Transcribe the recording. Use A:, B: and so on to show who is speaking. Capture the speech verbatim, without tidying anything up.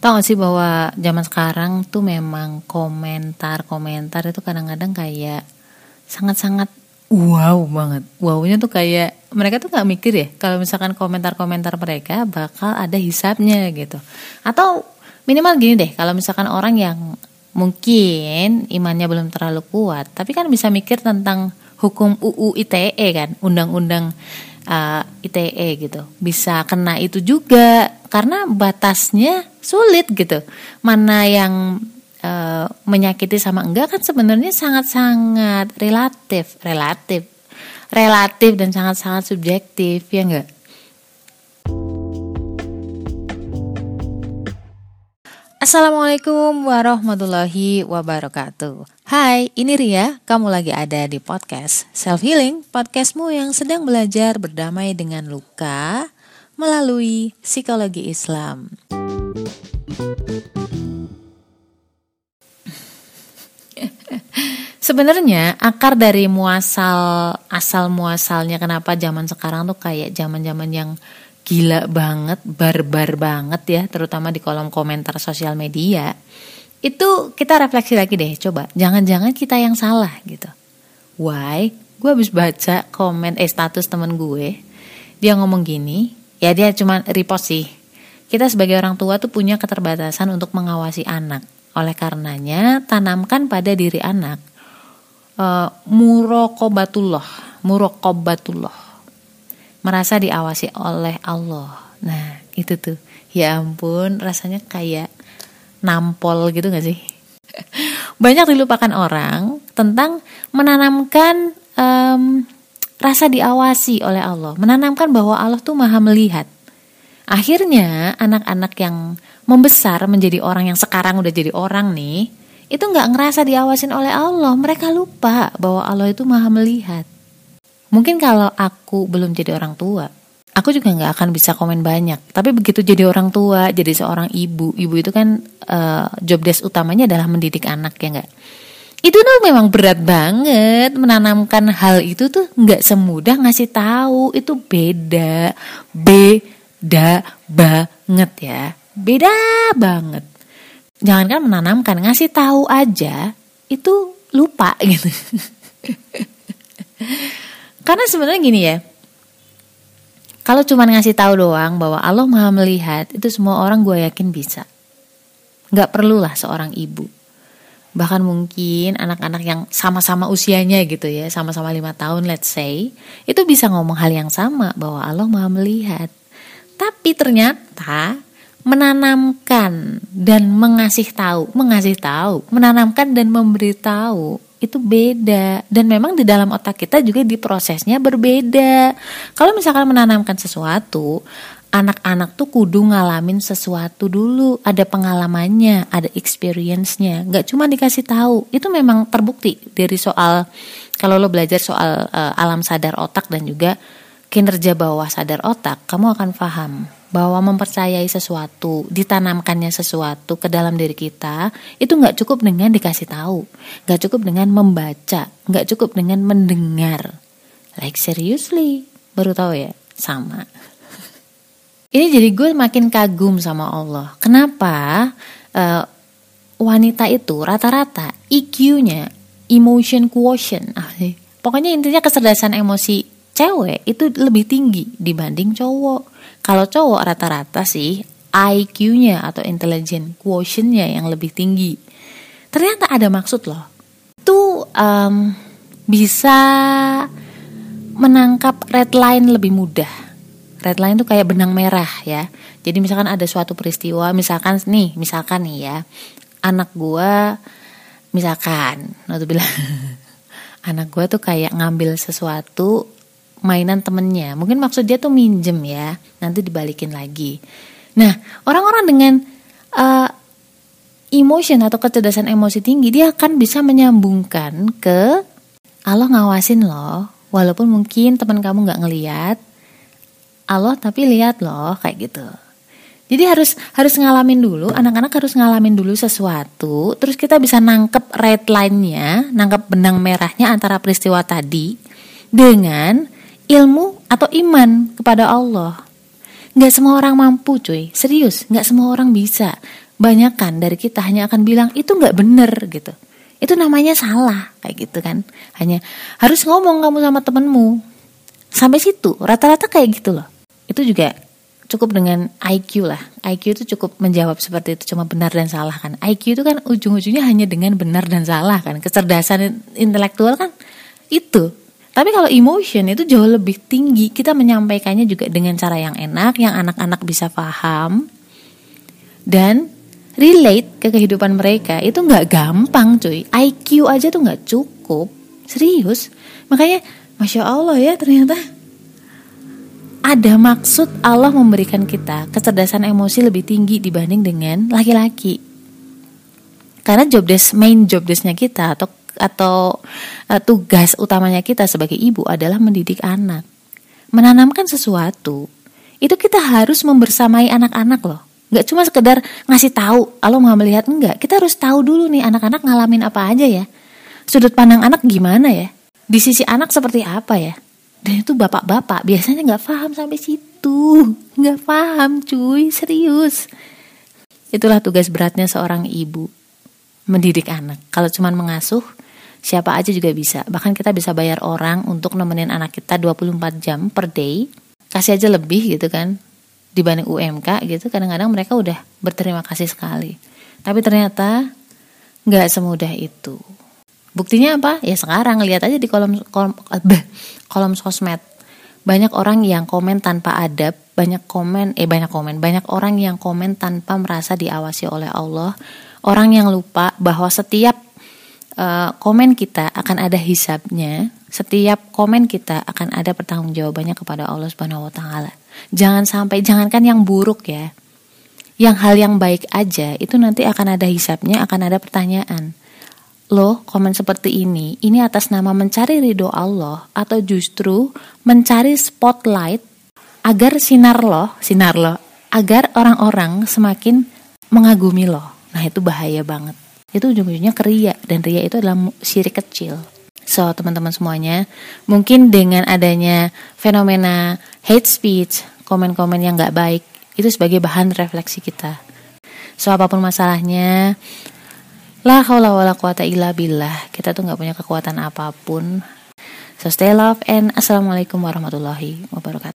A: Tahu gak sih bahwa zaman sekarang tuh memang komentar-komentar itu kadang-kadang kayak sangat-sangat wow banget. Wownya tuh kayak mereka tuh gak mikir ya kalau misalkan komentar-komentar mereka bakal ada hisabnya gitu. Atau minimal gini deh, kalau misalkan orang yang mungkin imannya belum terlalu kuat, tapi kan bisa mikir tentang hukum U U I T E kan, undang-undang uh, I T E gitu, bisa kena itu juga karena batasnya sulit gitu. Mana yang uh, menyakiti sama enggak kan sebenarnya sangat-sangat relatif, relatif, relatif dan sangat-sangat subjektif, ya enggak? Assalamualaikum warahmatullahi wabarakatuh. Hai, ini Ria, kamu lagi ada di podcast Self Healing, podcastmu yang sedang belajar berdamai dengan luka melalui psikologi Islam. Sebenarnya akar dari muasal, asal muasalnya kenapa zaman sekarang tuh kayak zaman-zaman yang gila banget, barbar banget ya, terutama di kolom komentar sosial media. Itu kita refleksi lagi deh, coba. Jangan-jangan kita yang salah gitu. Why? Gue habis baca komen eh status temen gue. Dia ngomong gini, ya dia cuma repost sih. Kita sebagai orang tua tuh punya keterbatasan untuk mengawasi anak. Oleh karenanya, tanamkan pada diri anak uh, muraqabatullah, muraqabatullah. Merasa diawasi oleh Allah. Nah itu tuh, ya ampun, rasanya kayak nampol gitu gak sih? Banyak dilupakan orang tentang menanamkan um, rasa diawasi oleh Allah, menanamkan bahwa Allah tuh maha melihat. Akhirnya anak-anak yang membesar menjadi orang yang sekarang udah jadi orang nih, itu gak ngerasa diawasin oleh Allah. Mereka lupa bahwa Allah itu maha melihat. Mungkin kalau aku belum jadi orang tua, aku juga gak akan bisa komen banyak. Tapi begitu jadi orang tua, jadi seorang ibu, ibu itu kan uh, job desk utamanya adalah mendidik anak, ya gak? Itu tuh memang berat banget, menanamkan hal itu tuh gak semudah ngasih tahu. Itu beda, beda banget ya, beda banget. Jangankan menanamkan, ngasih tahu aja itu lupa gitu. Karena sebenarnya gini ya, kalau cuma ngasih tahu doang bahwa Allah maha melihat, itu semua orang gue yakin bisa. Gak perlulah seorang ibu. Bahkan mungkin anak-anak yang sama-sama usianya gitu ya, sama-sama lima tahun let's say, itu bisa ngomong hal yang sama bahwa Allah maha melihat. Tapi ternyata menanamkan dan mengasih tahu, mengasih tahu, menanamkan dan memberitahu itu beda, dan memang di dalam otak kita juga diprosesnya berbeda. Kalau misalkan menanamkan sesuatu, anak-anak tuh kudu ngalamin sesuatu dulu, ada pengalamannya, ada experience-nya, nggak cuma dikasih tahu. Itu memang terbukti dari soal, kalau lo belajar soal uh, alam sadar otak dan juga kinerja bawah sadar otak, kamu akan paham bahwa mempercayai sesuatu, ditanamkannya sesuatu ke dalam diri kita, itu gak cukup dengan dikasih tahu, gak cukup dengan membaca, gak cukup dengan mendengar. Like seriously, baru tahu ya, sama. Ini jadi gue makin kagum sama Allah. Kenapa uh, wanita itu rata-rata I Q-nya, emotion quotient, ah, pokoknya intinya kecerdasan emosi cewek itu lebih tinggi dibanding cowok. Kalau cowok rata-rata sih I Q-nya atau intelligence quotient-nya yang lebih tinggi. Ternyata ada maksud loh. Itu um, bisa menangkap red line lebih mudah. Red line itu kayak benang merah ya. Jadi misalkan ada suatu peristiwa, misalkan nih, misalkan nih ya, anak gue, misalkan, waktu bilang, anak gue tuh kayak ngambil sesuatu mainan temennya, mungkin maksud dia tuh minjem ya, nanti dibalikin lagi. Nah, orang-orang dengan uh, emotion atau kecerdasan emosi tinggi, dia akan bisa menyambungkan ke Allah ngawasin loh, walaupun mungkin teman kamu nggak ngelihat, Allah tapi lihat loh, kayak gitu. Jadi harus harus ngalamin dulu, anak-anak harus ngalamin dulu sesuatu, terus kita bisa nangkep red line-nya, nangkep benang merahnya antara peristiwa tadi dengan ilmu atau iman kepada Allah. Gak semua orang mampu cuy, serius, gak semua orang bisa. banyakan dari kita hanya akan bilang itu nggak bener gitu. Itu namanya salah kayak gitu kan. Hanya harus ngomong kamu sama temenmu. Sampai situ rata-rata kayak gitu loh. Itu juga cukup dengan I Q lah. I Q itu cukup menjawab seperti itu, cuma benar dan salah kan. I Q itu kan ujung-ujungnya hanya dengan benar dan salah kan. Kecerdasan intelektual kan itu. Tapi kalau emotion itu jauh lebih tinggi. Kita menyampaikannya juga dengan cara yang enak, yang anak-anak bisa paham dan relate ke kehidupan mereka. Itu nggak gampang cuy. I Q aja tuh nggak cukup. Serius. Makanya Masya Allah ya, ternyata ada maksud Allah memberikan kita kecerdasan emosi lebih tinggi dibanding dengan laki-laki. Karena job desk, main job desk-nya kita atau atau uh, tugas utamanya kita sebagai ibu adalah mendidik anak, menanamkan sesuatu. Itu kita harus membersamai anak-anak loh. Gak cuma sekedar ngasih tahu, Allah mau melihat, enggak. Kita harus tahu dulu nih anak-anak ngalamin apa aja ya. Sudut pandang anak gimana ya? Di sisi anak seperti apa ya? Dan itu bapak-bapak biasanya gak paham sampai situ. Gak paham cuy, serius. Itulah tugas beratnya seorang ibu, mendidik anak. Kalau cuma mengasuh, siapa aja juga bisa. Bahkan kita bisa bayar orang untuk nemenin anak kita dua puluh empat jam per day. Kasih aja lebih gitu kan, dibanding U M K gitu. Kadang-kadang mereka udah berterima kasih sekali. Tapi ternyata gak semudah itu. Buktinya apa? Ya sekarang lihat aja di kolom kolom kolom sosmed. Banyak orang yang komen tanpa adab, banyak komen eh banyak komen, banyak orang yang komen tanpa merasa diawasi oleh Allah. Orang yang lupa bahwa setiap uh, komen kita akan ada hisabnya, setiap komen kita akan ada pertanggungjawabannya kepada Allah Subhanahu wa taala. Jangan sampai, jangankan yang buruk ya. Yang hal yang baik aja itu nanti akan ada hisabnya, akan ada pertanyaan. Loh, komen seperti ini, ini atas nama mencari ridho Allah atau justru mencari spotlight agar sinar loh, sinar loh, agar orang-orang semakin mengagumi loh. Nah itu bahaya banget. Itu ujung-ujungnya keria, dan ria itu adalah syirik kecil. So teman-teman semuanya, mungkin dengan adanya fenomena hate speech, komen-komen yang gak baik, itu sebagai bahan refleksi kita. So apapun masalahnya, la haula wala quwata illa billah. Kita tuh gak punya kekuatan apapun. So stay love and assalamualaikum warahmatullahi wabarakatuh.